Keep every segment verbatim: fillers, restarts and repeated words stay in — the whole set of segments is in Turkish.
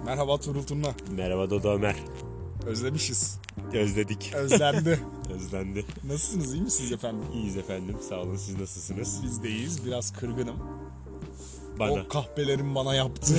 Merhaba Tuğrul Turna. Merhaba Dodo Ömer. Özlemişiz. Özledik. Özlendi. Özlendi. Nasılsınız, iyi misiniz efendim? İyiyiz efendim. Sağ olun. Siz nasılsınız? Biz de iyiyiz. Biraz kırgınım. Bana. O kahpelerin bana yaptığı.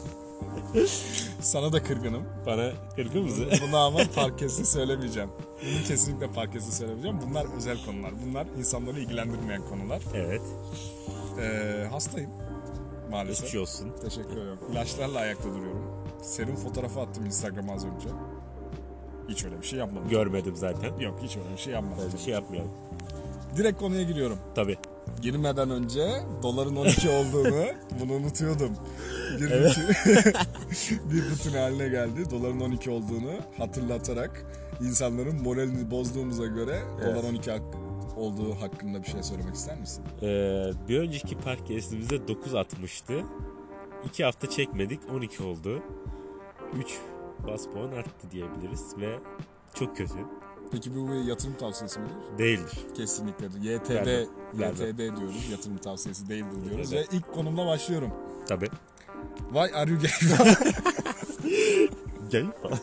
Sana da kırgınım. Bana kırgın mısın? Bunu ama parkeste söylemeyeceğim. Bunu kesinlikle parkeste söylemeyeceğim. Bunlar özel konular. Bunlar insanları ilgilendirmeyen konular. Evet. Ee, hastayım. Maalesef. Geçmiş olsun. Teşekkür ederim. İlaçlarla ayakta duruyorum. Serum fotoğrafı attım Instagram'a az önce. Hiç öyle bir şey yapmadım. Görmedim zaten. Yok, hiç öyle bir şey yapmadım. Öyle bir şey yapmayalım. Direkt konuya giriyorum. Tabii. Girmeden önce doların on iki olduğunu bunu unutuyordum. Bir, Evet. rutin, bir rutin haline geldi. Doların on iki olduğunu hatırlatarak insanların moralini bozduğumuza göre Evet. dolar on iki hak, olduğu hakkında bir şey söylemek ister misin? Ee, bir önceki park gezimizde dokuz atmıştı. iki hafta çekmedik. on iki oldu. üç bas puan arttı diyebiliriz ve çok kötü. Peki bu bir yatırım tavsiyesi midir? Değildir. Kesinlikle. Y T D, Vermem. Y T D diyoruz. Yatırım tavsiyesi değildir diyoruz. Evet. Ve ilk konumla başlıyorum. Tabii. Why are you gay? Gel falan.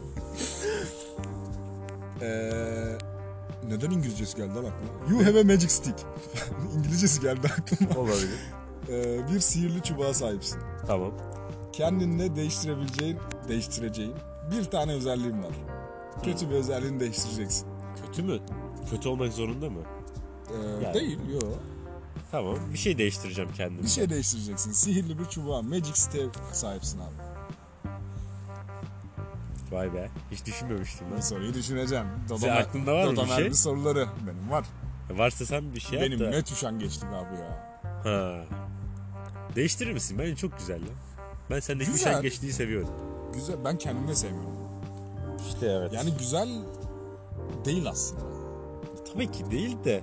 Eee... Neden İngilizcesi geldi lan aklıma? You have a magic stick. İngilizcesi geldi aklıma. Olabilir. Ee, bir sihirli çubuğa sahipsin. Tamam. Kendinle değiştirebileceğin, değiştireceğin bir tane özelliğin var. Kötü bir özelliğini değiştireceksin. Kötü mü? Kötü olmak zorunda mı? Ee, Yani. Değil, yok. Tamam. Bir şey değiştireceğim kendimde. Bir şey değiştireceksin. Sihirli bir çubuğa, magic stick'e sahipsin abi. Vay be. Hiç düşünmemiştim Bu ben. soruyu düşüneceğim. Senin aklında var mı bir şey? soruları benim var. Varsa sen bir şey Benim yap da. ne üşengeçlik abi ya. Ha. Değiştirir misin? Bence çok güzel lan. Ben sendeki Güzel. üşengeçliği seviyorum. Güzel. Ben kendimi de sevmiyorum. İşte evet. Yani güzel değil aslında. tabii ki değil de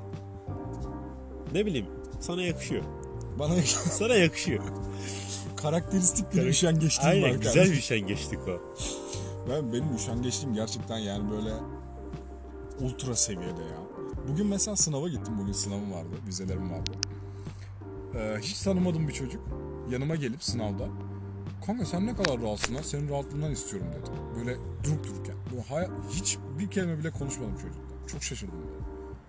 ne bileyim sana yakışıyor. Bana Sana yakışıyor. karakteristik bir Karak- üşengeçliğim var. Aynen güzel kardeşim. bir üşengeçlik o. Ben benim üşengeçliğim gerçekten yani böyle ultra seviyede ya. Bugün mesela sınava gittim. Bugün sınavım vardı. Vizelerim vardı. Ee, hiç tanımadığım bir çocuk yanıma gelip sınavda kanka sen ne kadar rahatsın lan? Senin rahatlığından istiyorum dedi. Böyle durup dururken. Böyle hay- hiç bir kelime bile konuşmadım çocukla. Çok şaşırdım böyle.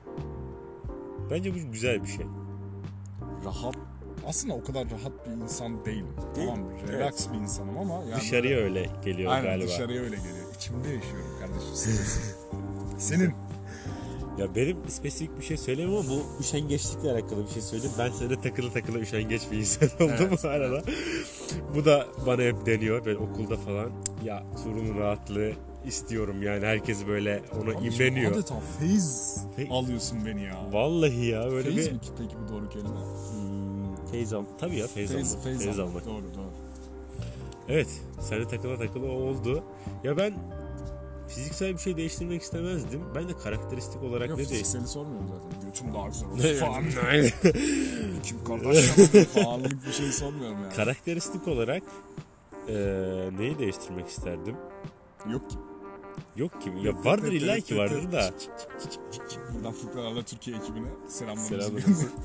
Bence bu güzel bir şey. Rahat. Aslında o kadar rahat bir insan değilim. Değil. Tamam, relax bir insanım ama yani Dışarıya öyle geliyor aynen, galiba. dışarıya öyle geliyor. İçimde yaşıyorum kardeşim. Senin Ya benim spesifik bir şey söyleyeyim ama bu üşengeçlikle alakalı bir şey söyleyeyim. Ben sana takılı takılı üşengeç bir insan oldum Evet. bu arada. Bu da bana hep deniyor böyle okulda falan. Ya Tuğrul'un rahatlığı istiyorum yani herkes böyle ona Abi imreniyor. adeta feyiz Fe- alıyorsun beni ya. Vallahi ya böyle Feyiz bir... mi ki peki bu doğru kelime? Hmm, feyiz al... Tabii ya feyiz, Feyiz, almak. feyiz, Feyiz almak. almak. Doğru doğru. Evet. Seninle takıla takıla oldu. Ya ben fiziksel bir şey değiştirmek istemezdim. Ben de karakteristik olarak Yok ne değiştirdim? fizikseli sormuyorum zaten. Götüm daha güzel Ne olsun falan. Aynen. Kim kardeşim falanlık bir şey sormuyorum yani. Karakteristik olarak eee, neyi değiştirmek isterdim? Yok ki. Yok ki. Ya vardır illa ki vardır da. Buradan Fıkralarla Türkiye ekibine selamlarımızı Selam gönder. olsun.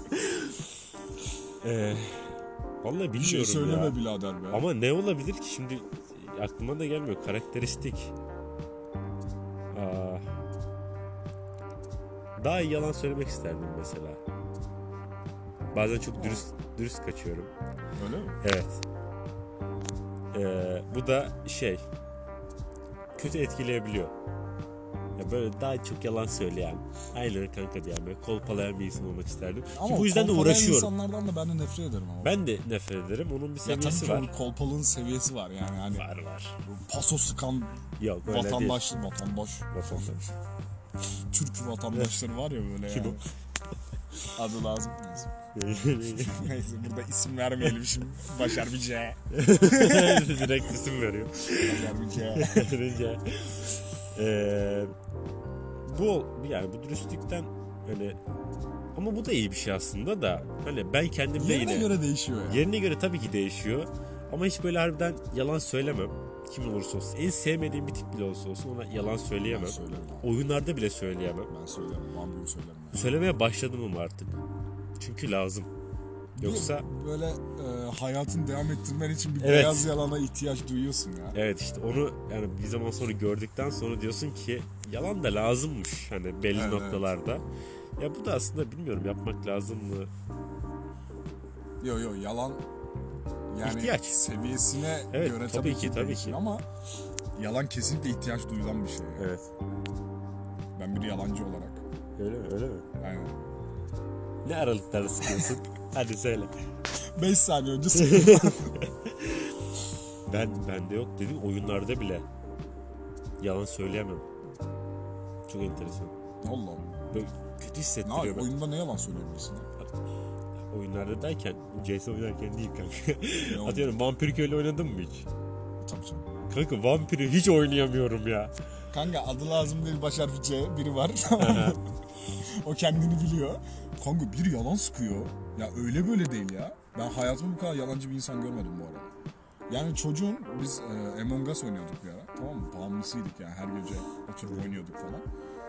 Eee Vallahi bilmiyorum Bir şey söyleme ya. birader be. Ama ne olabilir ki şimdi aklıma da gelmiyor. Karakteristik. Aa, daha iyi yalan söylemek isterdim mesela. Bazen çok dürüst dürüst kaçıyorum. Öyle mi? Evet. Ee, bu da şey kötü etkileyebiliyor. Ya böyle daha çok yalan söyleyen, aynen kanka diyen, böyle kolpalayan bir insan olmak isterdim. Ki Ama bu yüzden de kolpalayan uğraşıyorum. insanlardan da ben de nefret ederim ama. Ben de nefret ederim. Onun bir ya tabii seviyesi ki var. onun kolpalığın seviyesi var yani. Hani Var var. paso sıkan Yok öyle vatandaş, vatandaş, değil. Vatandaş. Türk vatandaşları var ya böyle Kim yani. Adı lazım. Neyse. Neyse burada isim vermeyelim şimdi. Başar bir C. Direkt isim veriyor. Başar bir C. Rica. Ee, bu yani bu dürüstlükten hani ama bu da iyi bir şey aslında da hani ben kendimde Yerine yine göre değişiyor ya. yerine göre tabii ki değişiyor ama hiç böyle harbiden yalan söylemem kim olursa olsun en sevmediğim bir tip bile olsa olsun ona yalan söyleyemem. Ben söylerim abi. Oyunlarda bile söyleyemem. Ben söylerim. Bambuyu söylerim. Yani. Söylemeye başladım ama artık çünkü lazım. Yoksa böyle e, hayatını devam ettirmen için bir Evet. beyaz yalana ihtiyaç duyuyorsun ya. evet işte onu yani bir zaman sonra gördükten sonra diyorsun ki yalan da lazımmış hani belli Evet, noktalarda. Ya bu da aslında bilmiyorum yapmak lazım mı? Yo yo yalan yani İhtiyaç. seviyesine Evet, göre tabii tabii ki, ki tabii değişir ki. ama yalan kesinlikle ihtiyaç duyulan bir şey. Yani. Evet. Ben bir yalancı olarak. Öyle mi? Öyle mi? Aynen. Ne aralıklarla sıkıyorsun? Hadi söyle. beş saniye önce sıkıldım. Ben bende yok dedim oyunlarda bile yalan söyleyemem. Çok enteresan. Allah Allah. Böyle kötü Ne hissettiriyor yap? beni. Oyunda ne yalan söyleyebilirsin? ya? Oyunlarda derken C S oynarken değil kanka. Ne oldu? Atıyorum Vampir Köylü oynadın mı hiç? Tabii canım. Kanka Vampir'i hiç oynayamıyorum ya. Kanka adı lazım değil baş harfi C biri var. Tamam mı? O kendini biliyor. Kanka bir yalan sıkıyor. Ya öyle böyle değil ya. Ben hayatımda bu kadar yalancı bir insan görmedim bu arada. Yani çocuğun biz e, Among Us oynuyorduk bir ara. Tamam mı? Bağımlısıydık yani her gece oturup oynuyorduk falan.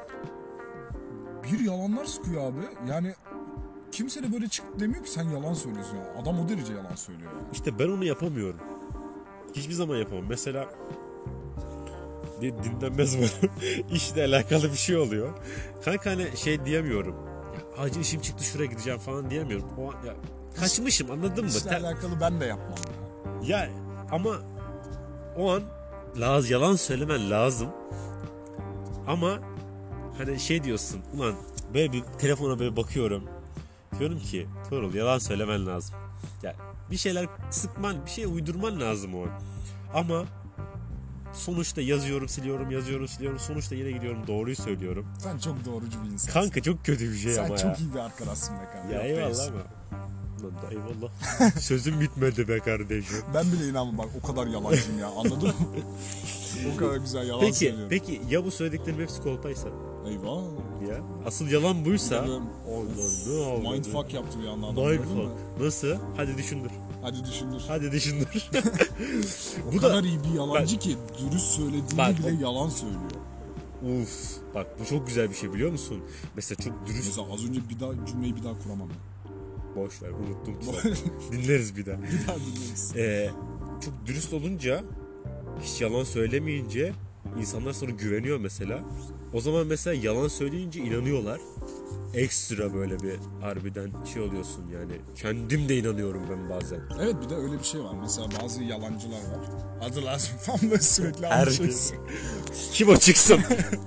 Bir yalanlar sıkıyor abi. Yani kimse de böyle çıkıp demiyor ki sen yalan söylüyorsun ya. Adam o derece yalan söylüyor yani. İşte ben onu yapamıyorum. Hiçbir zaman yapamam. Mesela bir dinlenmez mi? İşle alakalı bir şey oluyor. Kanka hani şey diyemiyorum. Ya, acil işim çıktı şuraya gideceğim falan diyemiyorum. O an, ya, kaçmışım anladın mı? İşle Te- alakalı ben de yapmam ya. Ya ama o an laz yalan söylemen lazım. Ama hani şey diyorsun ulan böyle bir telefona böyle bakıyorum. Diyorum ki Tuğrul yalan söylemen lazım. Ya bir şeyler sıkman, bir şey uydurman lazım o an. Ama sonuçta yazıyorum, siliyorum, yazıyorum, siliyorum. Sonuçta yine gidiyorum doğruyu söylüyorum. Sen çok doğrucu bir insansın. Kanka çok kötü bir şey Sen ama çok ya. iyi bir arkadaşsın be kanka. Ya Yok eyvallah değilsin. ama. Lan da eyvallah. Sözüm bitmedi be kardeşim. Ben bile inanmam bak o kadar yalancıyım ya anladın mı? O kadar güzel yalan Peki, söylüyorum. peki ya bu söylediklerimin hepsi kolpaysa? Eyvah. Ya asıl yalan buysa. Bir de böyle Allah ne Mindfuck yaptı bir anda adam. gördün mü? Mindfuck. Nasıl? Hadi düşündür. Hadi düşündür. Hadi düşündür. O bu kadar da iyi bir yalancı ki dürüst söylediğini Bak, bile bak. yalan söylüyor. uf. Bak bu çok güzel bir şey biliyor musun? Mesela çok dürüst. Mesela az önce bir daha cümleyi bir daha kuramam. Boş ver unuttum ki zaten. Dinleriz bir daha. Bir daha dinleriz. Ee, çok dürüst olunca hiç yalan söylemeyince insanlar sana güveniyor mesela. O zaman mesela yalan söyleyince inanıyorlar. Ekstra böyle bir harbiden şey oluyorsun yani. Kendim de inanıyorum ben bazen. Evet bir de öyle bir şey var. Mesela bazı yalancılar var. Adı lazım falan böyle sürekli Her aynı gün. şey. Kim o çıksın?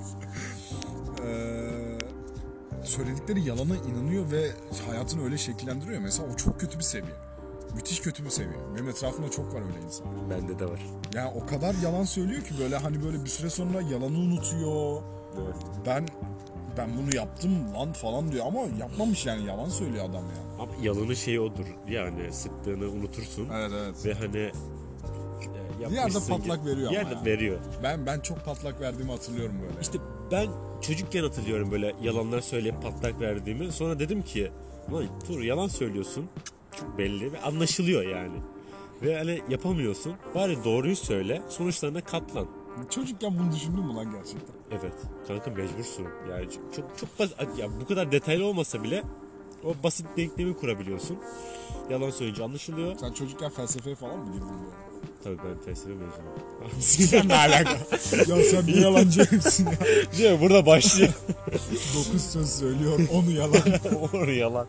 Ee, söyledikleri yalana inanıyor ve hayatını öyle şekillendiriyor. Mesela o çok kötü bir seviye. Müthiş kötü bir seviye. Benim etrafımda çok var öyle insanlar. Bende de var. Yani o kadar yalan söylüyor ki böyle hani böyle bir süre sonra yalanı unutuyor. Evet. Ben ben bunu yaptım lan falan diyor ama yapmamış yani yalan söylüyor adam yani. Ama yalanın şeyi odur. Yani sıktığını unutursun. Evet evet. Ve hani e, Bir yerde yapmışsın patlak ki- veriyor Bir ama yerde ya. veriyor. Ben ben çok patlak verdiğimi hatırlıyorum böyle. İşte ben çocukken hatırlıyorum böyle yalanlar söyleyip patlak verdiğimi. Sonra dedim ki lan Tur yalan söylüyorsun. Çok belli ve anlaşılıyor yani. Ve hani yapamıyorsun. Bari doğruyu söyle. Sonuçlarına katlan. Çocukken bunu düşündün mü lan gerçekten? Evet. Kanka mecbursun. Yani çok çok, çok basit. Ya bu kadar detaylı olmasa bile o basit denklemi kurabiliyorsun. Yalan söyleyince anlaşılıyor. Sen çocukken felsefeye falan mı girdin böyle? Tabii ben felsefe mezunuyum. Sen ne alaka? Ya sen bir yalancı herifsin ya. Diyor burada başlıyor. Dokuz söz söylüyor, onu yalan. Onu yalan.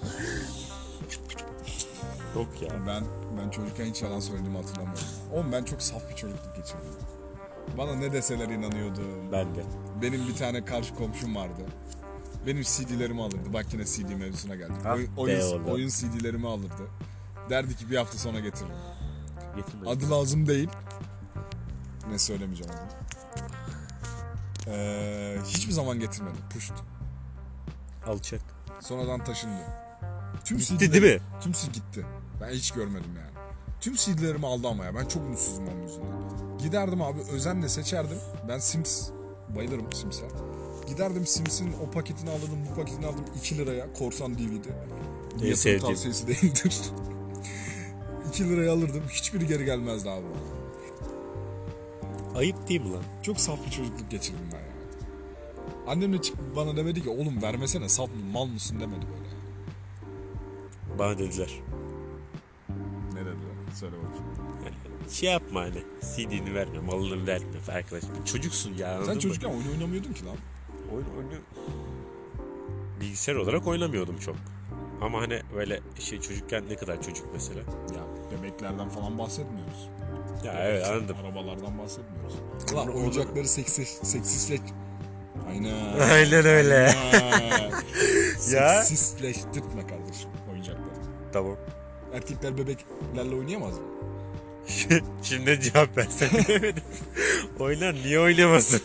Yok ya. Ben ben çocukken hiç yalan söylediğimi hatırlamıyorum. Oğlum ben çok saf bir çocukluk geçirdim. Bana ne deseler inanıyordum. Ben de. Benim bir tane karşı komşum vardı. Benim C D'lerimi alırdı. Bak yine C D mevzusuna geldik. Ah Oyun, be oyun, oğlum. oyun C D'lerimi alırdı. Derdi ki bir hafta sonra getiririm. Getirmedim. Adı lazım değil. Ne söylemeyeceğim adını. Ee, hiçbir zaman getirmedi. Puşt. Alçak. Sonradan taşındı. Tüm Gitti C D'leri değil mi? Tüm C D gitti. Ben hiç görmedim yani. Tüm C D'lerimi aldı ama ya. Ben çok mutsuzum onun yüzünden. Giderdim abi özenle seçerdim. Ben Sims bayılırım Sims'e. Giderdim Sims'in o paketini alırdım, bu paketini aldım iki liraya. Korsan D V D. En Yatırım sevdiğim. tavsiyesi değildir. iki liraya alırdım. Hiçbiri geri gelmezdi abi. Ayıp değil mi lan? Çok saf bir çocukluk geçirdim ben ya. Annem de çıkıp bana demedi ki oğlum vermesene saf mı mal mısın demedi böyle. Bana dediler. Söyle bakayım. Şey yapma hani. C D'ni verme, malını verme arkadaş. Çocuksun ya, anladın Sen mı? çocukken oyun oynamıyordun ki lan. Oyun oyunu bilgisayar olarak oynamıyordum çok. Ama hani böyle şey çocukken ne kadar çocuk mesela. Ya bebeklerden falan bahsetmiyoruz. Ya evet anladım. Arabalardan bahsetmiyoruz. Onu- Lan oyuncakları seksi, seksisleş... Aynen. Aynen öyle. Aynen. Ya. Seksisleştirtme kardeşim oyuncakları. Tamam. Erkekler bebeklerle oynayamaz mı? Şimdi cevap versen bilemedim. Oynar, niye oynamasın?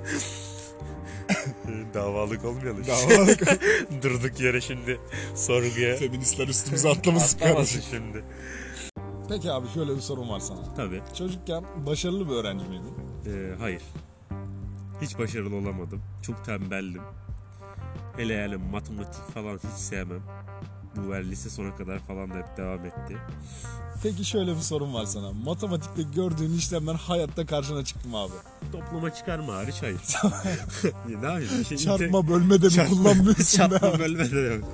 Davalık olmayalım. Davalık. Durduk yere şimdi sorguya. Feministler üstümüze atlamasın Atlamasın kardeşim. şimdi. Peki abi şöyle bir sorum var sana. Tabii. Çocukken başarılı bir öğrenci miydin? Ee, hayır. Hiç başarılı olamadım. Çok tembeldim. Hele yani matematik falan hiç sevmem. Bu ver lise sona kadar falan da hep devam etti. Peki şöyle bir sorum var sana. Matematikte gördüğün işlemler hayatta karşına çıktı mı abi? Toplama çıkarma hariç hayır. Ya ne yapayım? Şey, Çarpma bölme de mi kullanmıyorsun? Çarpma be? bölme de yok.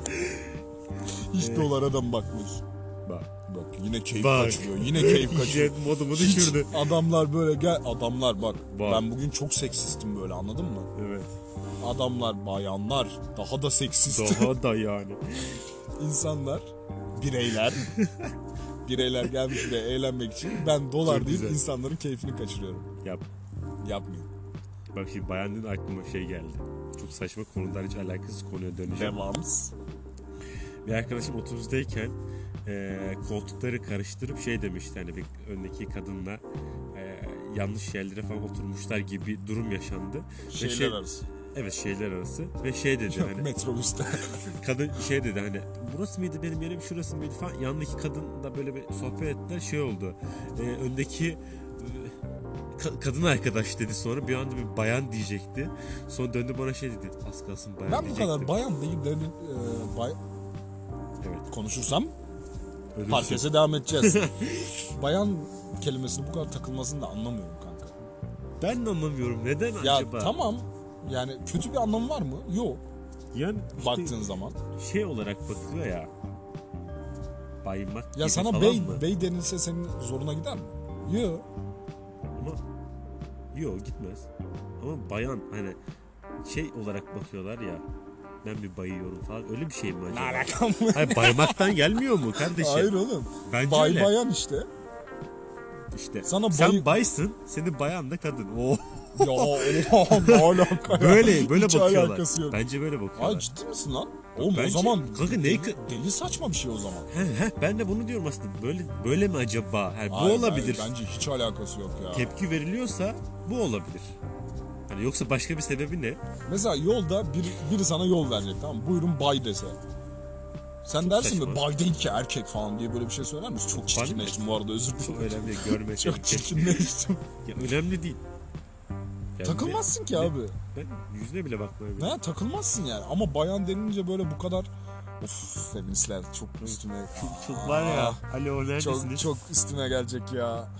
Hiç dolara da mı bakmıyorsun? Bak. Bak yine keyif Bak. kaçırıyor. Yine keyif kaçırıyor. Jet modumu Hiç düşürdü. adamlar böyle gel adamlar bak, Bak. ben bugün çok seksistim böyle, anladın mı? Evet. Adamlar, bayanlar daha da seksist. Daha da yani. İnsanlar, bireyler bireyler gelmiş buraya eğlenmek için ben dolar Çok deyip güzel. insanların keyfini kaçırıyorum. Yap. Yapmıyor. Bak şimdi bayan dedin aklıma şey geldi. Çok saçma konular hiç alakasız konuya döneceğim. Devamız. Bir arkadaşım otuzdayken e, koltukları karıştırıp şey demişti hani bir öndeki kadınla e, yanlış yerlere falan oturmuşlar gibi bir durum yaşandı. Ve Şeyler şey, arası. Evet şeyler arası ve şey dedi Yok, hani metrobüste. kadın şey dedi hani burası mıydı benim yerim şurası mıydı falan, yanındaki kadın da böyle bir sohbet ettiler, şey oldu. E, öndeki e, ka- kadın arkadaş dedi, sonra bir anda bir bayan diyecekti. Sonra döndü bana şey dedi, az kalsın bayan Ben bu diyecektim. kadar bayan değil de e, bay... Evet. konuşursam Ölürsün. parkese devam edeceğiz. Bayan kelimesini bu kadar takılmasını da anlamıyorum kanka. Ben de anlamıyorum neden Ya acaba? tamam, yani kötü bir anlamı var mı? Yok. Yani işte Baktığın zaman. şey olarak bakılıyor ya. Baymak Ya gibi sana falan bey, mı? bey denilse senin zoruna gider mi? Yok. Ama yok gitmez. Ama bayan hani şey olarak bakıyorlar ya. Ben bir bayıyorum falan, öyle bir şey mi acaba? Ne alakam var? Hayır, baymaktan gelmiyor mu kardeşim? Hayır oğlum. Bence Bay öyle. bayan işte. İşte Sana sen bayı- baysın, senin bayan da kadın. Oo. Ya oha, ne alaka ya? Böyle böyle Hiç bakıyorlar. alakası yok. Bence böyle bakıyorlar. Ay ciddi misin lan? Oğlum Bence- o zaman Kanka ne- deli, deli saçma bir şey o zaman. He, he, ben de bunu diyorum aslında. Böyle böyle mi acaba? Yani bu Hayır, olabilir. hayır, bence hiç alakası yok ya. Tepki veriliyorsa bu olabilir. Hani yoksa başka bir sebebi ne? Mesela yolda bir, biri sana yol verecek, tamam mı? Buyurun bay dese. Sen Çok dersin saçma. mi bay değil ki erkek falan diye böyle bir şey söyler misin? Çok çirkinleştim bu arada, özür Çok dilerim. önemli değil, görme. Çok çirkinleştim. Ya önemli değil. Yani Takılmazsın ki ne- abi. Ben yüzüne bile bakmıyorum. Ne takılmazsın yani, ama bayan denince böyle bu kadar, of, feministler çok üstüme, Çok var ya. Alo çok neredesiniz? çok üstüme gelecek ya.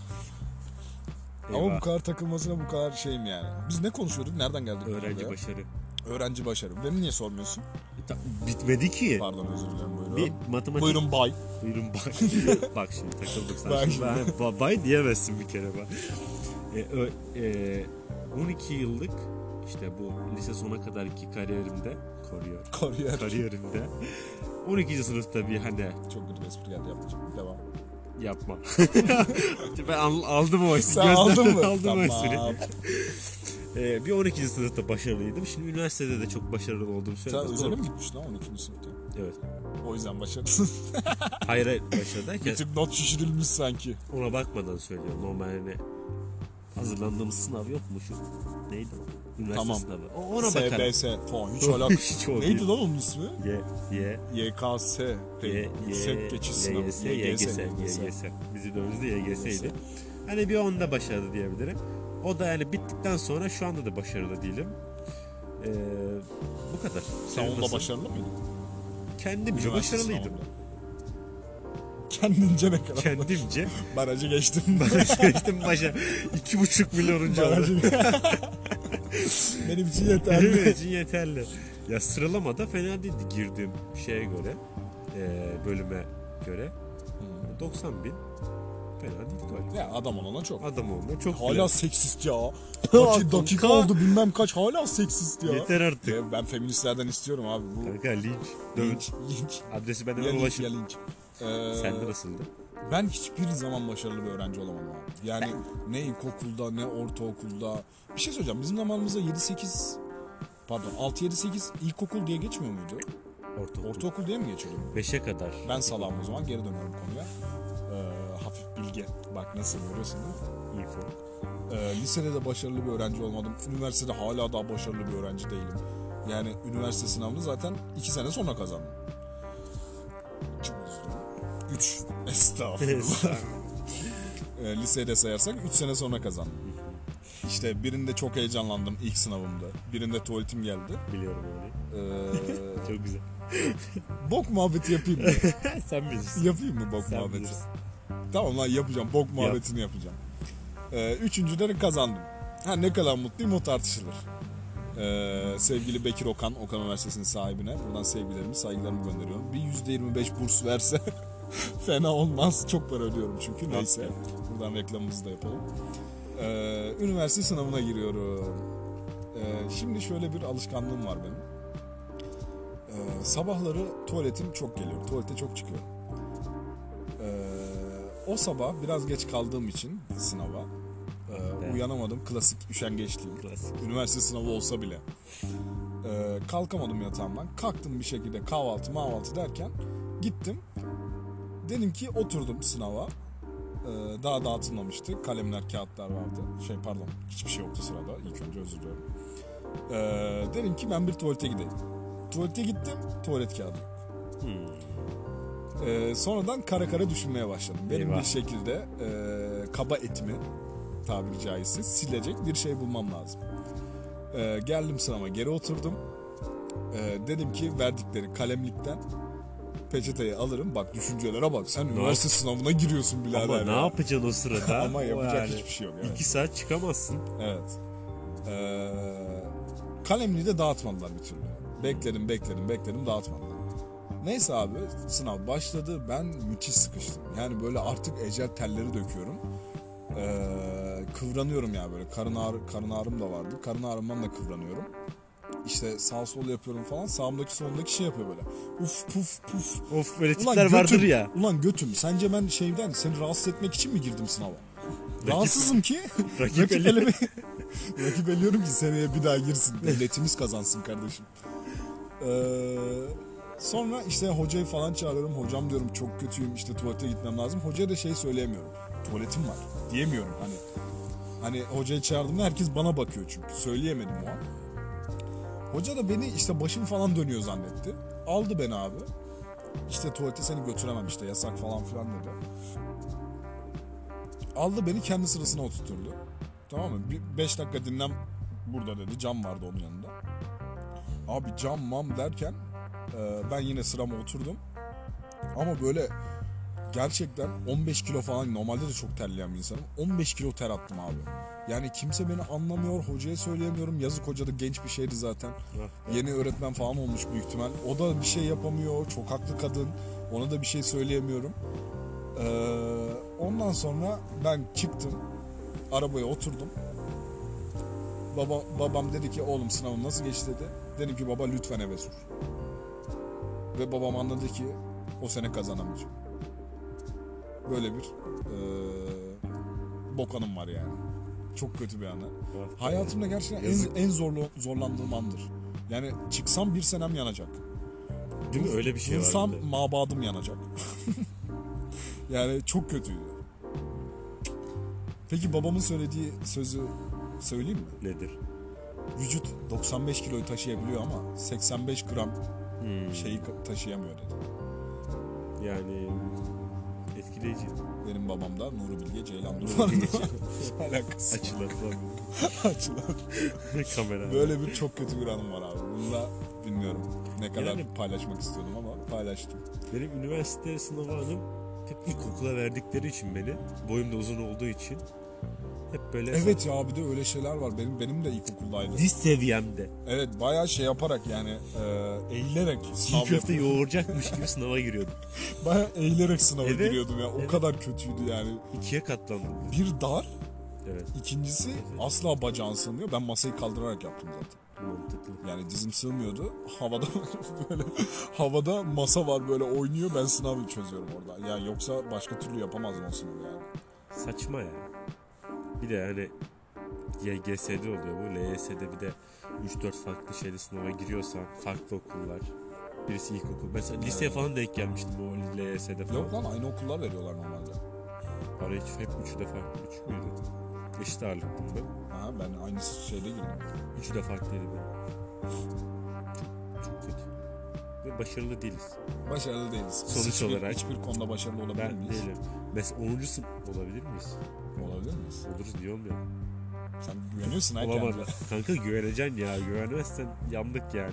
Ama Eyvah. bu kadar takılmasına bu kadar şeyim yani. Biz ne konuşuyorduk? Nereden geldik? Öğrenci buraya? başarı. Öğrenci başarı. Beni niye sormuyorsun? Ta- bitmedi ki. Pardon, özür dilerim, buyurun. Bir matematik. Buyurun bay. Buyurun bay. Bak şimdi takıldık sen. Bak Şimdi şimdi. ben- ba- bay diyemezsin bir kere bak. E, ö- e, on iki yıllık işte bu lise sona kadarki kariyerimde kariyer, Kariyer. kariyerimde on ikinci sınıfta bir hani Çok kötü bir espri geldi, yapmayacağım. Devam. yapma. Ben al- aldım o espriyi. Sen aldın mı? aldım o Tamam. espriyi. Ee, bir on ikinci sınıfta başarılıydım. Şimdi üniversitede de çok başarılı olduğumu Sen söylemez. özele Doğru. mi gitmiştin lan on ikinci sınıfta? Evet. O yüzden başarısın. Hayır hayır başarılı derken Bir tık not şişirilmiş sanki. ona bakmadan söylüyorum. Normal hani hazırlandığımız sınav yok mu şu? Neydi o? Üniversite Tamam. sınavı. O- Ona S bakarım. B S falan hiç alakası. Hiç o Neydi değil. lan onun ismi? Y, Y, Y K S. Y, Yüksek geçiş sınavı. Y G S, Y G S, Y G S. Bizim dönemimizde Y G S'ydi. Hani bir onda başarılı diyebilirim. O da yani bittikten sonra şu anda da başarılı değilim. Ee, bu kadar. Sen Senin onda nasıl? başarılı mıydın? Kendimce Üniversite başarılıydım. sınavında. Kendince ne kadar? Kendimce Barajı geçtim. geçtim başa. İki buçuk milyonuncu oldu. Barajı... Benim için Benim yeterli. için yeterli. Ya sıralamada fena değildi girdiğim şeye göre, e, bölüme göre. doksan bin. Fena değil galiba. Ya adam olana çok. Adam olma çok Hala bile. seksist ya. Daki, dakika Kanka. oldu bilmem kaç, hala seksist ya. Yeter artık. Ya ben feministlerden istiyorum abi. Bu Kanka linç. Dövün. linç, linç. Adresi benden Ya linç, ya ulaşın. linç. Ee, Sende nasıldı? Ben hiçbir zaman başarılı bir öğrenci olamadım abi. Yani ne ilkokulda ne ortaokulda. Bir şey söyleyeceğim. Bizim zamanımızda yedi sekiz pardon altı yedi sekiz ilkokul diye geçmiyor muydu? Ortaokul. Ortaokul diye mi geçiyordu? beşe kadar. Ben salam o zaman, geri dönüyorum konuya. Ee, hafif bilgi. Bak nasıl görüyorsun değil mi? İnfo. Ee, lisede de başarılı bir öğrenci olmadım. Üniversitede hala daha başarılı bir öğrenci değilim. Yani üniversite sınavını zaten iki sene sonra kazandım. Üç. Estağfurullah. e, liseyi de sayarsak üç sene sonra kazandım. İşte birinde çok heyecanlandım ilk sınavımda. Birinde tuvaletim geldi. Biliyorum öyle. Ee, Çok güzel. bok muhabbeti yapayım mı? Sen bilirsin. Yapayım mı bok Sen muhabbeti? bilirsin. Tamam lan, yapacağım. Bok muhabbetini yapacağım. Ee, üçüncüde de kazandım. Ha, ne kadar mutluyum o tartışılır. Ee, sevgili Bekir Okan, Okan Üniversitesi'nin sahibine buradan sevgilerimi, saygılarımı gönderiyorum. Bir yüzde yirmi beş burs verse fena olmaz. Çok para ödüyorum çünkü. Neyse. Buradan reklamımızı da yapalım. Ee, üniversite sınavına giriyorum. Ee, şimdi şöyle bir alışkanlığım var benim. Ee, sabahları tuvaletim çok geliyor. Tuvalete çok çıkıyorum. Ee, o sabah biraz geç kaldığım için sınava e, uyanamadım. Klasik üşengeçliğim. Klasik. Üniversite sınavı olsa bile. Ee, kalkamadım yatağımdan. Kalktım bir şekilde, kahvaltı mahvaltı derken gittim. Dedim ki oturdum sınava. Ee, daha dağıtılmamıştı. Kalemler, kağıtlar vardı. Şey pardon, hiçbir şey yoktu sırada. İlk önce özür diliyorum. Ee, dedim ki ben bir tuvalete gideyim. Tuvalete gittim, tuvalet kağıdı yok. Hmm. Ee, sonradan kara kara düşünmeye başladım. Benim Eyvah. bir şekilde e, kaba etimi, tabiri caizse, silecek bir şey bulmam lazım. Ee, geldim sınava, geri oturdum. Ee, dedim ki verdikleri kalemlikten peçeteyi alırım. Bak düşüncelere bak. Sen üniversite sınavına giriyorsun birader. Ama ya. ne yapacaksın o sırada? Ama yapacak Yani hiçbir şey yok. Evet. İki saat çıkamazsın. Evet. Ee, kalemliği de dağıtmadılar bir türlü. Bekledim, bekledim, bekledim, dağıtmadılar. Neyse abi, sınav başladı. Ben müthiş sıkıştım. Yani böyle artık ecel telleri döküyorum. Ee, kıvranıyorum ya böyle. Karın, ağrı, karın ağrım da vardı. Karın ağrımdan da kıvranıyorum. İşte sağ sol yapıyorum falan. Sağımdaki solumdaki şey yapıyor böyle. Uf puf puf. Of böyle Ulan tipler götüm, vardır ya. Ulan götüm. Sence ben şeyden seni rahatsız etmek için mi girdim sınava? Rahatsızım ki. Rakip rakip eli- eleme. Rakip eliyorum ki seneye bir daha girsin. Devletimiz kazansın kardeşim. Ee, sonra işte hocayı falan çağırıyorum. Hocam diyorum çok kötüyüm, işte tuvalete gitmem lazım. Hocaya da şey söyleyemiyorum. Tuvaletim var diyemiyorum hani. Hani hocayı çağırdığımda herkes bana bakıyor çünkü. Söyleyemedim o an. Hoca da beni işte başım falan dönüyor zannetti. Aldı beni abi. İşte tuvalete seni götüremem, işte yasak falan filan dedi. Aldı beni kendi sırasına oturtturdu. Tamam mı? Bir beş dakika dinlen burada dedi. Cam vardı onun yanında. Abi cam mam derken e, ben yine sırama oturdum. Ama böyle gerçekten on beş kilo falan, normalde de çok terleyen bir insanım. on beş kilo ter attım abi. Yani kimse beni anlamıyor, hocaya söyleyemiyorum. Yazık, hoca da genç bir şeydi zaten. Yeni öğretmen falan olmuş büyük ihtimal. O da bir şey yapamıyor, çok haklı kadın. Ona da bir şey söyleyemiyorum. Ee, ondan sonra ben çıktım, arabaya oturdum. Baba, babam dedi ki oğlum sınavın nasıl geçti dedi. Dedim ki baba lütfen eve sür. Ve babam anladı ki o sene kazanamayacağım. Böyle bir ee, bok anım var yani. Çok kötü bir anı. Hayatımda gerçekten en, en zorlu, zorlandığım andır. Yani çıksam bir senem yanacak. Değil mi? Öyle bir şey var. Dursam bir de. mabadım yanacak. Yani çok kötüydü. Peki babamın söylediği sözü söyleyeyim mi? Nedir? Vücut doksan beş kiloyu taşıyabiliyor ama seksen beş gram Hmm. şeyi taşıyamıyor dedi. Yani etkileyici. Benim babam da Nuri Bilge Ceylan Durmaz. Alakası. Açılar falan. Açılan. Kamera. Böyle bir çok kötü bir anım var abi. Bunu da bilmiyorum ne kadar Yani- paylaşmak istiyordum ama paylaştım. Benim üniversite sınavı anım hep ilkokula verdikleri için beni, boyum da uzun olduğu için hep böyle Evet ya, bir de öyle şeyler var. Benim benim de ilkokuldaydı. diz seviyemde. Evet, bayağı şey yaparak yani e, eğilerek Çiğ sınav köfte yapıyordum. yoğuracakmış gibi sınava giriyordum. Bayağı eğilerek sınava Evet, giriyordum ya. O evet. kadar kötüydü yani. İkiye katlandım. Bir dar, Evet. ikincisi asla bacağın sığmıyor. Ben masayı kaldırarak yaptım zaten. Mantıklı. Yani dizim sığmıyordu. Havada böyle havada masa var böyle oynuyor. Ben sınavı çözüyorum orada. Yani yoksa başka türlü yapamazdım o sınavı yani. Saçma ya. Bir de hani Y G S'de oluyor bu. L Y S'de bir de üç dört farklı şeyde sınava giriyorsan farklı okullar. Birisi ilkokul. Mesela liseye falan denk gelmiştim o L Y S'de falan. Yok lan, aynı okullar veriyorlar normalde. Araya hiç hep üçü de farklı. Üç müydü? Eşit ağırlıktım ben. Aha, ben aynı şeyde girdim. Üçü de farklıydı benim. Çok, çok kötü. Ve başarılı değiliz. Başarılı değiliz. Biz Sonuç hiçbir, olarak- hiçbir konuda başarılı olabilir Ben miyiz? değilim. Mesela onuncu sınıf olabilir miyiz? Olabilir miyiz? Oluruz diyor mu ya? Sen güveniyorsun ha Olamadı. kendine. Kanka güveneceksin ya. Güvenmezsen yandık yani.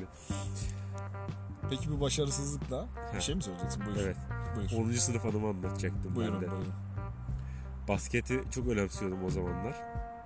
Peki bu başarısızlıkla bir şey mi söyleyeceksin? Buyur. Evet. Buyur. onuncu sınıf anımı anlatacaktım Buyurun, ben de. buyurun. Basketi çok önemsiyordum o zamanlar.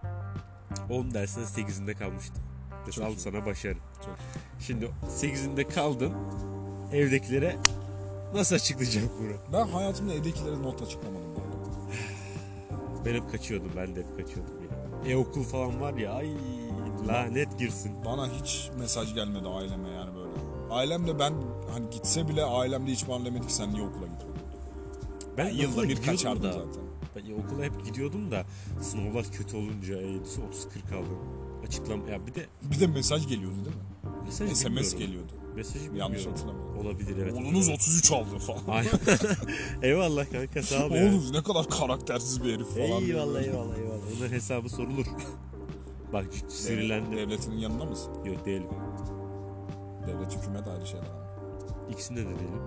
on dersinden sekizinde kalmıştım. Mesela al iyi. sana başarı. Çok. Şimdi sekizinde kaldın. Evdekilere nasıl açıklayacağım bunu? Ben hayatımda evdekilere not açıklamadım bu arada. Ben hep kaçıyordum. Ben de hep kaçıyordum ya. E-okul falan var ya. Ay lanet girsin. Bana hiç mesaj gelmedi aileme yani böyle. Ailemle ben hani gitse bile ailemle hiç bana demedi ki sen niye okula gitmedin. Ben Ben yılda okula bir gidiyordum kaçardım da. zaten. Ben okula hep gidiyordum da sınavlar kötü olunca otuz kırk aldım. Açıklam ya bir de Bir de mesaj geliyordu değil mi? mesaj S M S bilmiyorum. geliyordu. Mesajı Yanlış bilmiyorum. hatırlamıyorum. Olabilir evet. Oğlunuz otuz üç aldı falan. Aynen. Eyvallah kanka sağ ol ya. Oğlunuz ne kadar karaktersiz bir herif falan. diye Eyvallah böyle. eyvallah eyvallah. Onun hesabı sorulur. Bak ciddi sinirlendim. Devletinin yanında mısın? Yok değilim. Devlet, hükümet ayrı şeyler ama. İkisinde de değilim.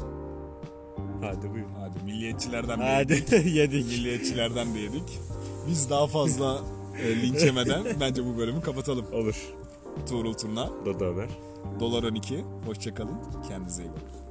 Hadi buyur. Hadi milliyetçilerden de yedik. Hadi yedik. Milliyetçilerden de yedik. Biz daha fazla e, linç yemeden bence bu bölümü kapatalım. Olur. Tuğrul Turna, Dodo Ömer. Dolar on iki. Hoşçakalın. Kendinize iyi bakın.